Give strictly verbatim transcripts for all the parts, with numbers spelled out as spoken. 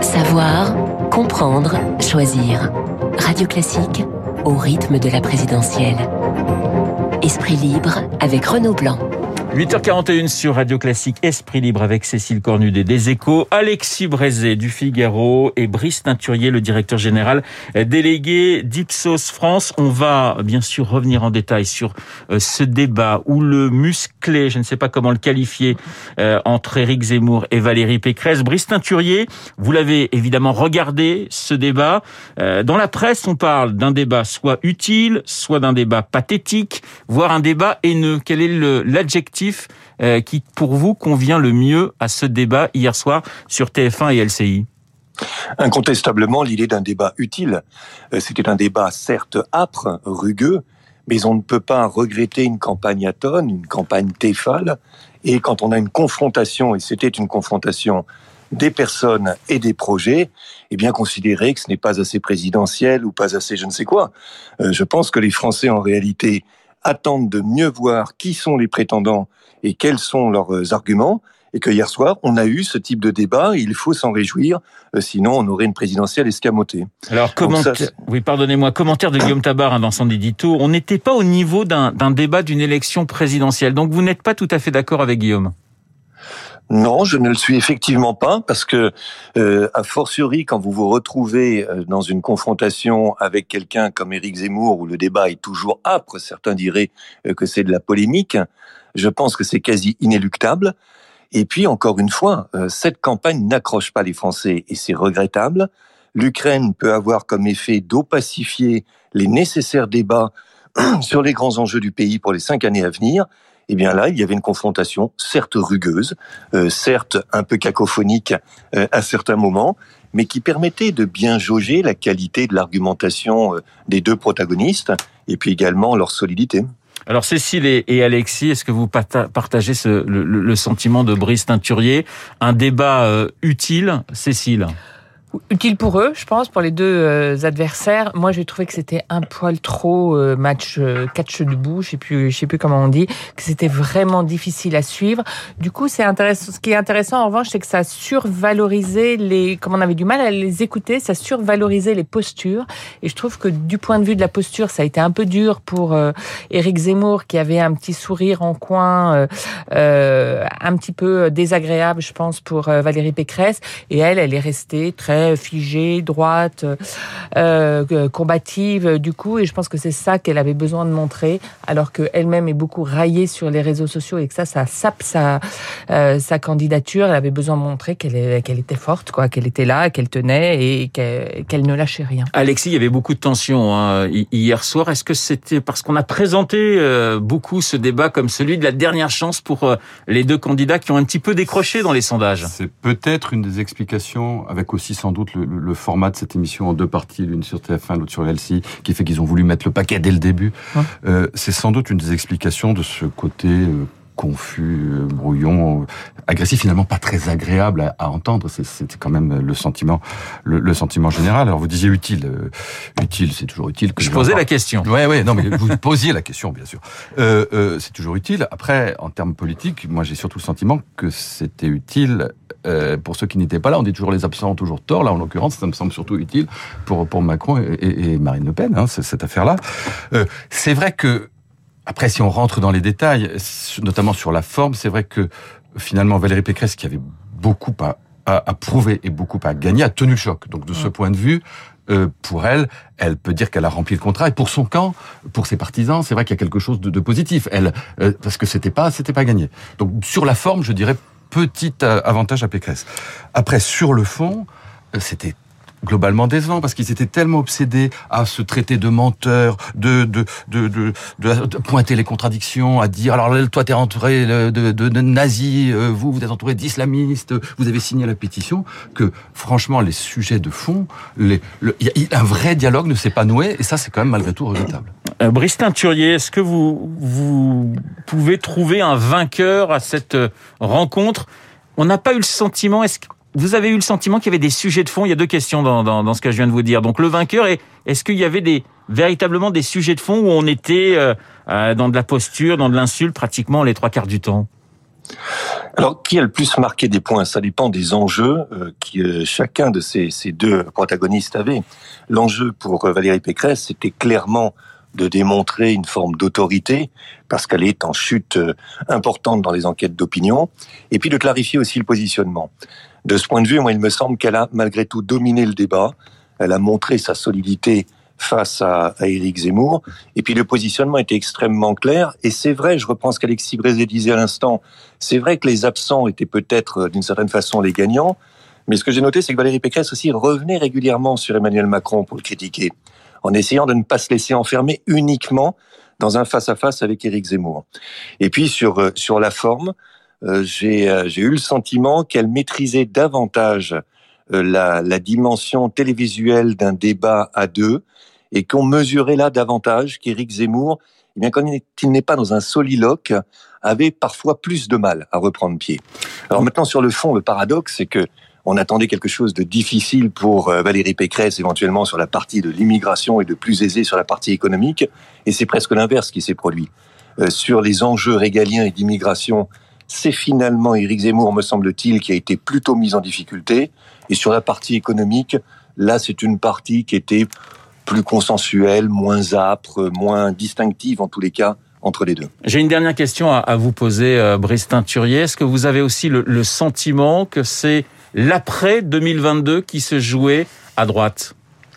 Savoir, comprendre, choisir. Radio Classique, au rythme de la présidentielle. Esprit libre avec Renaud Blanc. huit heures quarante et une sur Radio Classique, Esprit libre avec Cécile Cornudet des Échos, Alexis Brézé du Figaro et Brice Teinturier, le directeur général délégué d'Ipsos France. On va bien sûr revenir en détail sur ce débat où le musclé, je ne sais pas comment le qualifier, euh, entre Éric Zemmour et Valérie Pécresse. Brice Teinturier, vous l'avez évidemment regardé, ce débat. Euh, dans la presse, on parle d'un débat soit utile, soit d'un débat pathétique, voire un débat haineux. Quel est le, l'adjectif qui, pour vous, convient le mieux à ce débat hier soir sur T F un et L C I? Incontestablement, l'idée d'un débat utile. C'était un débat certes âpre, rugueux, mais on ne peut pas regretter une campagne atone, une campagne téphale. Et quand on a une confrontation, et c'était une confrontation des personnes et des projets, eh bien considérer que ce n'est pas assez présidentiel ou pas assez je ne sais quoi. Euh, je pense que les Français, en réalité, attendent de mieux voir qui sont les prétendants et quels sont leurs arguments, et que hier soir, on a eu ce type de débat, et il faut s'en réjouir, sinon on aurait une présidentielle escamotée. Alors, comment... ça... oui, pardonnez-moi, commentaire de Guillaume Tabar hein, dans son édito, on n'était pas au niveau d'un, d'un débat d'une élection présidentielle, donc vous n'êtes pas tout à fait d'accord avec Guillaume? Non, je ne le suis effectivement pas, parce que, euh, a fortiori, quand vous vous retrouvez dans une confrontation avec quelqu'un comme Éric Zemmour, où le débat est toujours âpre, certains diraient que c'est de la polémique, je pense que c'est quasi inéluctable. Et puis, encore une fois, euh, cette campagne n'accroche pas les Français, et c'est regrettable. L'Ukraine peut avoir comme effet d'opacifier les nécessaires débats sur les grands enjeux du pays pour les cinq années à venir. Eh bien là, il y avait une confrontation, certes rugueuse, euh, certes un peu cacophonique euh, à certains moments, mais qui permettait de bien jauger la qualité de l'argumentation euh, des deux protagonistes, et puis également leur solidité. Alors Cécile et, et Alexis, est-ce que vous partagez ce, le, le sentiment de Brice Teinturier, un débat euh, utile, Cécile ? Utile pour eux, je pense, pour les deux euh, adversaires. Moi, j'ai trouvé que c'était un poil trop euh, match euh, catch debout, je sais plus, je sais plus comment on dit, que c'était vraiment difficile à suivre. Du coup, c'est intéressant. Ce qui est intéressant, en revanche, c'est que ça a survalorisé les, comme on avait du mal à les écouter, ça survalorisait les postures. Et je trouve que du point de vue de la posture, ça a été un peu dur pour euh, Éric Zemmour, qui avait un petit sourire en coin, euh, euh, un petit peu désagréable, je pense, pour euh, Valérie Pécresse. Et elle, elle est restée très figée, droite, euh, combative du coup, et je pense que c'est ça qu'elle avait besoin de montrer, alors qu'elle-même est beaucoup raillée sur les réseaux sociaux et que ça, ça sape sa, euh, sa candidature. Elle avait besoin de montrer qu'elle, est, qu'elle était forte, quoi, qu'elle était là, qu'elle tenait et qu'elle, qu'elle ne lâchait rien. Alexis, il y avait beaucoup de tensions hein, hier soir. Est-ce que c'était parce qu'on a présenté euh, beaucoup ce débat comme celui de la dernière chance pour euh, les deux candidats qui ont un petit peu décroché dans les sondages? C'est peut-être une des explications, avec aussi sans doute le, le format de cette émission en deux parties, l'une sur T F un, l'autre sur L C I, qui fait qu'ils ont voulu mettre le paquet dès le début. Ouais. Euh, c'est sans doute une des explications de ce côté euh, confus, euh, brouillon, euh, agressif, finalement pas très agréable à, à entendre. C'est, c'est quand même le sentiment, le, le sentiment général. Alors vous disiez utile, euh, utile, c'est toujours utile. Que je posais la question. Ouais, ouais, non, mais vous posiez la question, bien sûr. Euh, euh, c'est toujours utile. Après, en termes politiques, moi j'ai surtout le sentiment que c'était utile. Euh, pour ceux qui n'étaient pas là, on dit toujours les absents ont toujours tort. Là, en l'occurrence, ça me semble surtout utile pour pour Macron et, et, et Marine Le Pen, hein, cette affaire-là. Euh, c'est vrai que après, si on rentre dans les détails, notamment sur la forme, c'est vrai que finalement Valérie Pécresse, qui avait beaucoup à, à, à prouver et beaucoup à gagner, a tenu le choc. Donc de ce point de vue, euh, pour elle, elle peut dire qu'elle a rempli le contrat. Et pour son camp, pour ses partisans, c'est vrai qu'il y a quelque chose de, de positif. Elle, euh, parce que c'était pas, c'était pas gagné. Donc sur la forme, je dirais petit avantage à Pécresse. Après, sur le fond, c'était globalement décevant parce qu'ils étaient tellement obsédés à se traiter de menteurs, de de de de, de, de pointer les contradictions, à dire alors toi t'es entouré de, de, de nazis, vous vous êtes entouré d'islamistes, vous avez signé la pétition, que franchement les sujets de fond, les le, y a, un vrai dialogue ne s'est pas noué et ça c'est quand même malgré tout regrettable. Euh, Brice Teinturier, est-ce que vous vous pouvez trouver un vainqueur à cette rencontre? On n'a pas eu le sentiment, est-ce que vous avez eu le sentiment qu'il y avait des sujets de fond? Il y a deux questions dans, dans, dans ce que je viens de vous dire. Donc le vainqueur, est, est-ce qu'il y avait des, véritablement des sujets de fond où on était euh, dans de la posture, dans de l'insulte pratiquement les trois quarts du temps? Alors, qui a le plus marqué des points? Ça dépend des enjeux euh, que euh, chacun de ces, ces deux protagonistes avait. L'enjeu pour euh, Valérie Pécresse, c'était clairement de démontrer une forme d'autorité, parce qu'elle est en chute euh, importante dans les enquêtes d'opinion, et puis de clarifier aussi le positionnement. De ce point de vue, moi, il me semble qu'elle a malgré tout dominé le débat. Elle a montré sa solidité face à, à Éric Zemmour. Et puis le positionnement était extrêmement clair. Et c'est vrai, je reprends ce qu'Alexis Brézé disait à l'instant, c'est vrai que les absents étaient peut-être d'une certaine façon les gagnants. Mais ce que j'ai noté, c'est que Valérie Pécresse aussi revenait régulièrement sur Emmanuel Macron pour le critiquer, en essayant de ne pas se laisser enfermer uniquement dans un face-à-face avec Éric Zemmour. Et puis sur, sur la forme, euh, j'ai, euh, j'ai eu le sentiment qu'elle maîtrisait davantage euh, la, la dimension télévisuelle d'un débat à deux, et qu'on mesurait là davantage qu'Éric Zemmour, eh bien, quand il n'est pas dans un soliloque, avait parfois plus de mal à reprendre pied. Alors maintenant, sur le fond, le paradoxe, c'est que on attendait quelque chose de difficile pour Valérie Pécresse, éventuellement sur la partie de l'immigration et de plus aisé sur la partie économique, et c'est presque l'inverse qui s'est produit. Euh, sur les enjeux régaliens et d'immigration, c'est finalement Éric Zemmour, me semble-t-il, qui a été plutôt mis en difficulté, et sur la partie économique, là, c'est une partie qui était plus consensuelle, moins âpre, moins distinctive en tous les cas entre les deux. J'ai une dernière question à, à vous poser, euh, Brice Teinturier. Est-ce que vous avez aussi le, le sentiment que c'est l'après deux mille vingt-deux qui se jouait à droite?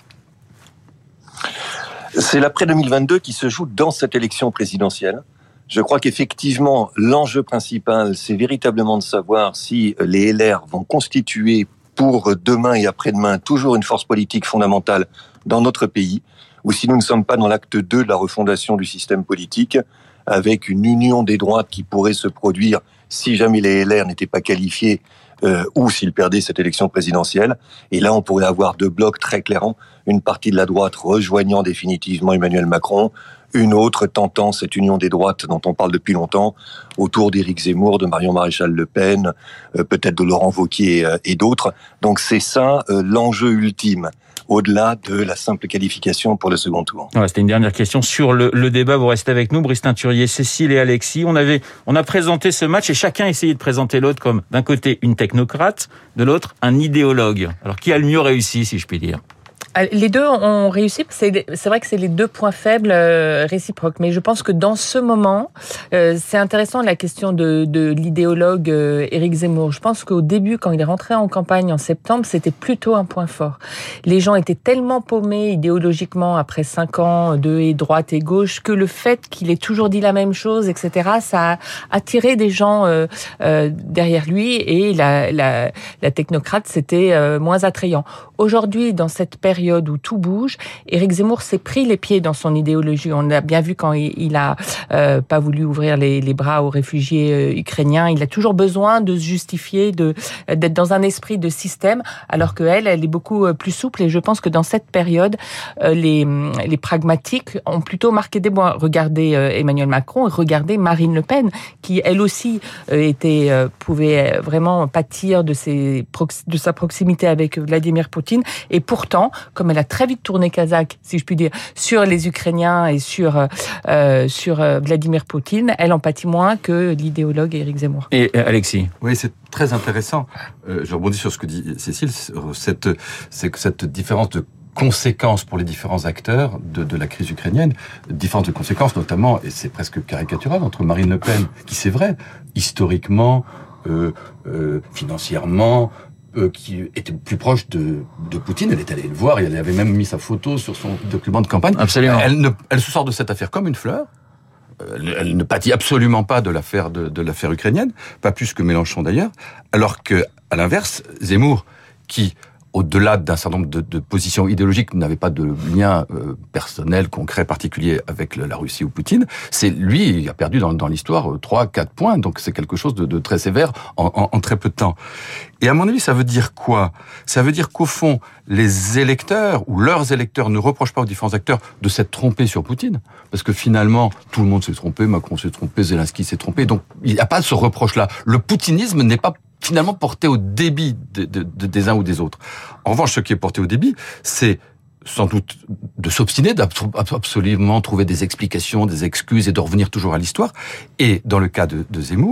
C'est l'après deux mille vingt-deux qui se joue dans cette élection présidentielle. Je crois qu'effectivement, l'enjeu principal, c'est véritablement de savoir si les L R vont constituer pour demain et après-demain toujours une force politique fondamentale dans notre pays, ou si nous ne sommes pas dans l'acte deux de la refondation du système politique, avec une union des droites qui pourrait se produire si jamais les L R n'étaient pas qualifiés, euh, ou s'ils perdaient cette élection présidentielle. Et là, on pourrait avoir deux blocs très clairement, une partie de la droite rejoignant définitivement Emmanuel Macron, une autre tentant cette union des droites dont on parle depuis longtemps, autour d'Éric Zemmour, de Marion Maréchal Le Pen, euh, peut-être de Laurent Wauquiez euh, et d'autres. Donc c'est ça euh, l'enjeu ultime, au-delà de la simple qualification pour le second tour. Ouais, c'était une dernière question sur le, le débat. Vous restez avec nous, Brice Teinturier, Cécile et Alexis. On avait, on a présenté ce match et chacun essayait de présenter l'autre comme, d'un côté, une technocrate, de l'autre, un idéologue. Alors, qui a le mieux réussi, si je puis dire? Les deux ont réussi. C'est, c'est vrai que c'est les deux points faibles euh, réciproques. Mais je pense que dans ce moment, euh, c'est intéressant la question de, de l'idéologue euh, Éric Zemmour. Je pense qu'au début, quand il est rentré en campagne en septembre, c'était plutôt un point fort. Les gens étaient tellement paumés idéologiquement après cinq ans de et droite et gauche que le fait qu'il ait toujours dit la même chose, et cetera, ça a attiré des gens euh, euh, derrière lui et la, la, la technocrate, c'était euh, moins attrayant. Aujourd'hui, dans cette période où tout bouge, Éric Zemmour s'est pris les pieds dans son idéologie. On l'a bien vu quand il, il a euh, pas voulu ouvrir les, les bras aux réfugiés euh, ukrainiens. Il a toujours besoin de se justifier, de d'être dans un esprit de système, alors que elle, elle est beaucoup plus souple. Et je pense que dans cette période, euh, les les pragmatiques ont plutôt marqué des points. Regardez euh, Emmanuel Macron, et regardez Marine Le Pen, qui elle aussi euh, était euh, pouvait vraiment pâtir de ses de sa proximité avec Vladimir Poutine. Et pourtant, comme elle a très vite tourné kazakh, si je puis dire, sur les Ukrainiens et sur euh, sur Vladimir Poutine, elle en pâtit moins que l'idéologue Éric Zemmour. Et euh, Alexis? Oui, c'est très intéressant. Euh, je rebondis sur ce que dit Cécile. Cette, c'est que cette différence de conséquences pour les différents acteurs de, de la crise ukrainienne, différentes de conséquences notamment, et c'est presque caricatural, entre Marine Le Pen, qui c'est vrai, historiquement, euh, euh, financièrement, Euh, qui était plus proche de, de Poutine. Elle est allée le voir et elle avait même mis sa photo sur son document de campagne. Absolument. Elle, ne, elle se sort de cette affaire comme une fleur. Elle, elle ne pâtit absolument pas de l'affaire de, de l'affaire ukrainienne, pas plus que Mélenchon d'ailleurs. Alors que, à l'inverse, Zemmour, qui au-delà d'un certain nombre de, de positions idéologiques, n'avait pas de lien euh, personnel, concret, particulier avec le, la Russie ou Poutine, c'est lui, il a perdu dans, dans l'histoire trois, quatre points, donc c'est quelque chose de, de très sévère en, en, en très peu de temps. Et à mon avis, ça veut dire quoi? Ça veut dire qu'au fond, les électeurs, ou leurs électeurs, ne reprochent pas aux différents acteurs de s'être trompés sur Poutine, parce que finalement, tout le monde s'est trompé, Macron s'est trompé, Zelensky s'est trompé, donc il n'y a pas ce reproche-là. Le poutinisme n'est pas finalement porté au débit de, de, de, des uns ou des autres. En revanche, ce qui est porté au débit, c'est sans doute de s'obstiner, d'absolument trouver des explications, des excuses et de revenir toujours à l'histoire. Et dans le cas de, de Zemmour,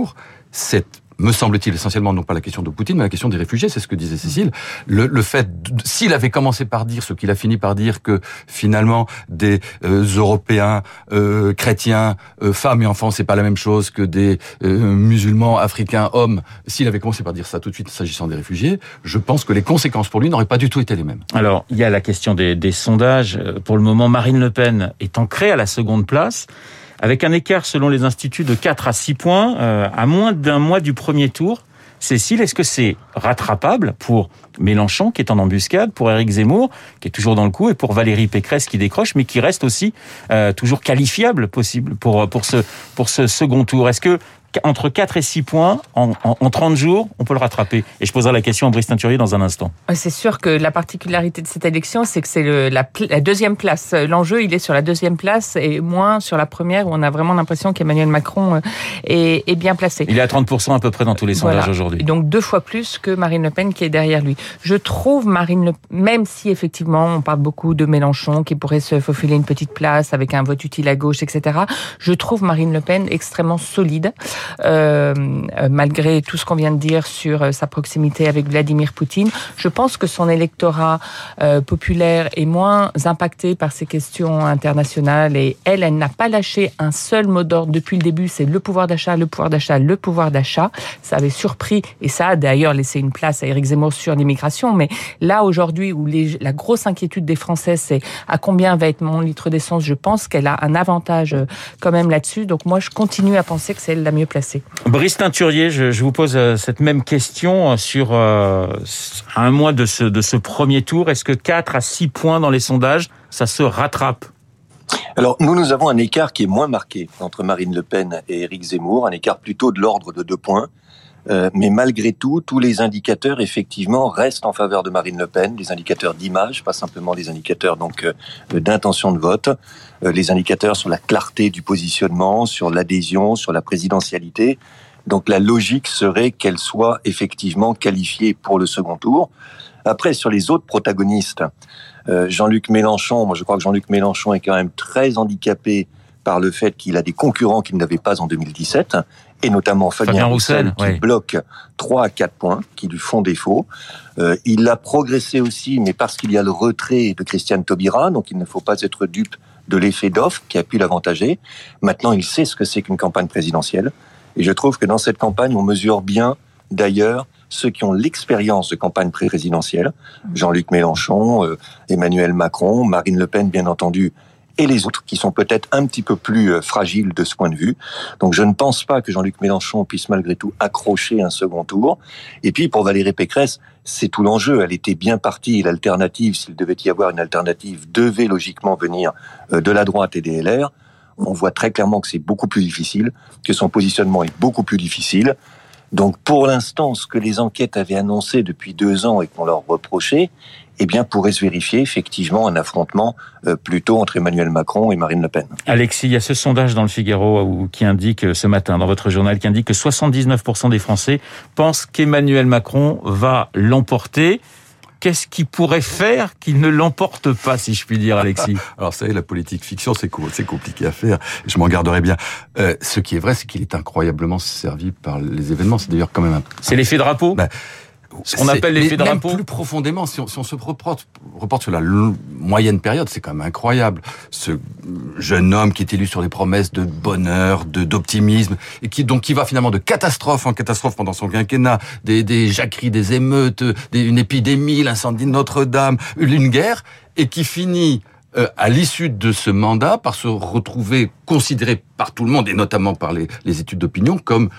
c'est, me semble-t-il, essentiellement non pas la question de Poutine, mais la question des réfugiés, c'est ce que disait Cécile. Le, le fait, de, s'il avait commencé par dire ce qu'il a fini par dire, que finalement des euh, Européens euh, chrétiens, euh, femmes et enfants, c'est pas la même chose que des euh, musulmans africains hommes, s'il avait commencé par dire ça tout de suite s'agissant des réfugiés, je pense que les conséquences pour lui n'auraient pas du tout été les mêmes. Alors, il y a la question des, des sondages. Pour le moment, Marine Le Pen est ancrée à la seconde place, avec un écart selon les instituts de quatre à six points, euh, à moins d'un mois du premier tour. Cécile, est-ce que c'est rattrapable pour Mélenchon, qui est en embuscade, pour Éric Zemmour, qui est toujours dans le coup, et pour Valérie Pécresse, qui décroche, mais qui reste aussi euh, toujours qualifiable possible pour, pour, ce, pour ce second tour? Est-ce que entre quatre et six points, en, en, en trente jours, on peut le rattraper? Et je poserai la question à Brice Teinturier dans un instant. C'est sûr que la particularité de cette élection, c'est que c'est le, la, la deuxième place. L'enjeu, il est sur la deuxième place et moins sur la première, où on a vraiment l'impression qu'Emmanuel Macron est, est bien placé. Il est à trente pour cent à peu près dans tous les sondages voilà. aujourd'hui. Donc deux fois plus que Marine Le Pen qui est derrière lui. Je trouve Marine Le Pen, même si effectivement on parle beaucoup de Mélenchon qui pourrait se faufiler une petite place avec un vote utile à gauche, et cetera, je trouve Marine Le Pen extrêmement solide. Euh, malgré tout ce qu'on vient de dire sur euh, sa proximité avec Vladimir Poutine, je pense que son électorat euh, populaire est moins impacté par ces questions internationales et elle, elle n'a pas lâché un seul mot d'ordre depuis le début, c'est le pouvoir d'achat, le pouvoir d'achat, le pouvoir d'achat. Ça avait surpris et ça a d'ailleurs laissé une place à Éric Zemmour sur l'immigration, mais là aujourd'hui où les, la grosse inquiétude des Français c'est à combien va être mon litre d'essence, je pense qu'elle a un avantage euh, quand même là-dessus, donc moi je continue à penser que c'est elle la mieux placée. Brice Teinturier, je, je vous pose cette même question sur euh, un mois de ce, de ce premier tour. Est-ce que quatre à six points dans les sondages, ça se rattrape? Alors, nous, nous avons un écart qui est moins marqué entre Marine Le Pen et Éric Zemmour, un écart plutôt de l'ordre de deux points. Euh, mais malgré tout, tous les indicateurs, effectivement, restent en faveur de Marine Le Pen, les indicateurs d'image, pas simplement les indicateurs donc euh, d'intention de vote, euh, les indicateurs sur la clarté du positionnement, sur l'adhésion, sur la présidentialité. Donc la logique serait qu'elle soit effectivement qualifiée pour le second tour. Après, sur les autres protagonistes, euh, Jean-Luc Mélenchon, moi je crois que Jean-Luc Mélenchon est quand même très handicapé par le fait qu'il a des concurrents qu'il n'avait pas en deux mille dix-sept, et notamment Fabien, Fabien Roussel, Roussel qui ouais. bloque trois à quatre points, qui lui font défaut. Euh, il a progressé aussi, mais parce qu'il y a le retrait de Christiane Taubira, donc il ne faut pas être dupe de l'effet d'offre qui a pu l'avantager. Maintenant, il sait ce que c'est qu'une campagne présidentielle. Et je trouve que dans cette campagne, on mesure bien, d'ailleurs, ceux qui ont l'expérience de campagne présidentielle. Jean-Luc Mélenchon, euh, Emmanuel Macron, Marine Le Pen, bien entendu, et les autres qui sont peut-être un petit peu plus euh, fragiles de ce point de vue. Donc je ne pense pas que Jean-Luc Mélenchon puisse malgré tout accrocher un second tour. Et puis pour Valérie Pécresse, c'est tout l'enjeu. Elle était bien partie. L'alternative, s'il devait y avoir une alternative, devait logiquement venir euh, de la droite et des L R. On voit très clairement que c'est beaucoup plus difficile, que son positionnement est beaucoup plus difficile. Donc pour l'instant, ce que les enquêtes avaient annoncé depuis deux ans et qu'on leur reprochait, eh bien pourrait se vérifier effectivement un affrontement euh, plutôt entre Emmanuel Macron et Marine Le Pen. Alexis, il y a ce sondage dans le Figaro où, qui indique ce matin, dans votre journal, qui indique que soixante-dix-neuf pour cent des Français pensent qu'Emmanuel Macron va l'emporter. Qu'est-ce qui pourrait faire qu'il ne l'emporte pas, si je puis dire, Alexis? Alors, vous savez, la politique fiction, c'est c'est compliqué à faire. Je m'en garderai bien. Euh, ce qui est vrai, c'est qu'il est incroyablement servi par les événements. C'est d'ailleurs quand même un... C'est l'effet drapeau? Ben, ce qu'on appelle l'effet drapeau. Même plus profondément, si on, si on se reporte, reporte sur la l- moyenne période, c'est quand même incroyable. Ce jeune homme qui est élu sur des promesses de bonheur, de d'optimisme, et qui donc qui va finalement de catastrophe en catastrophe pendant son quinquennat, des, des jacqueries, des émeutes, des, une épidémie, l'incendie de Notre-Dame, une guerre, et qui finit euh, à l'issue de ce mandat par se retrouver considéré par tout le monde, et notamment par les, les études d'opinion, comme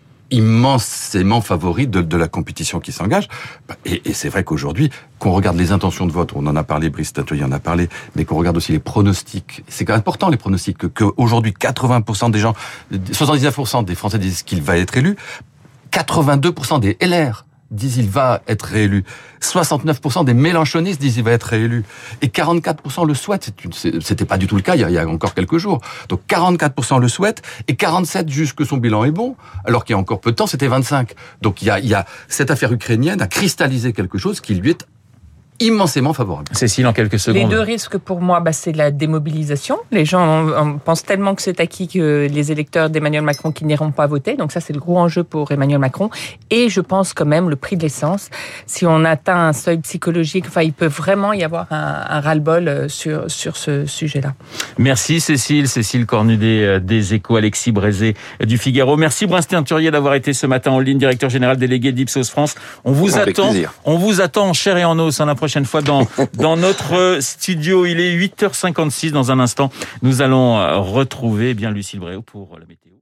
immensément favori de, de la compétition qui s'engage. Et, et c'est vrai qu'aujourd'hui, qu'on regarde les intentions de vote, on en a parlé, Brice Teinturier en a parlé, mais qu'on regarde aussi les pronostics. C'est quand même important, les pronostics, que, que aujourd'hui, quatre-vingts pour cent des gens, soixante-dix-neuf pour cent des Français disent qu'il va être élu, quatre-vingt-deux pour cent des L R disent il va être réélu. soixante-neuf pour cent des mélenchonistes disent il va être réélu. Et quarante-quatre pour cent le souhaitent. C'est une, c'était pas du tout le cas il y, a, il y a encore quelques jours. Donc quarante-quatre pour cent le souhaitent et quarante-sept pour cent jugent que son bilan est bon, alors qu'il y a encore peu de temps, c'était vingt-cinq. Donc il y a, il y a cette affaire ukrainienne a cristallisé quelque chose qui lui est immensément favorable. Cécile, en quelques secondes. Les deux risques pour moi, bah, c'est la démobilisation. Les gens on, on pensent tellement que c'est acquis que les électeurs d'Emmanuel Macron qui n'iront pas voter. Donc ça, c'est le gros enjeu pour Emmanuel Macron. Et je pense quand même le prix de l'essence. Si on atteint un seuil psychologique, enfin, il peut vraiment y avoir un, un ras-le-bol sur, sur ce sujet-là. Merci Cécile. Cécile Cornudet des Échos, Alexis Brézé du Figaro. Merci Brice Teinturier d'avoir été ce matin en ligne, directeur général délégué d'Ipsos France. On vous Avec attend. plaisir. On vous attend en chair et en os hein, la prochaine fois dans, dans notre studio. Il est huit heures cinquante-six. Dans un instant, nous allons retrouver eh bien Lucille Bréau pour la météo.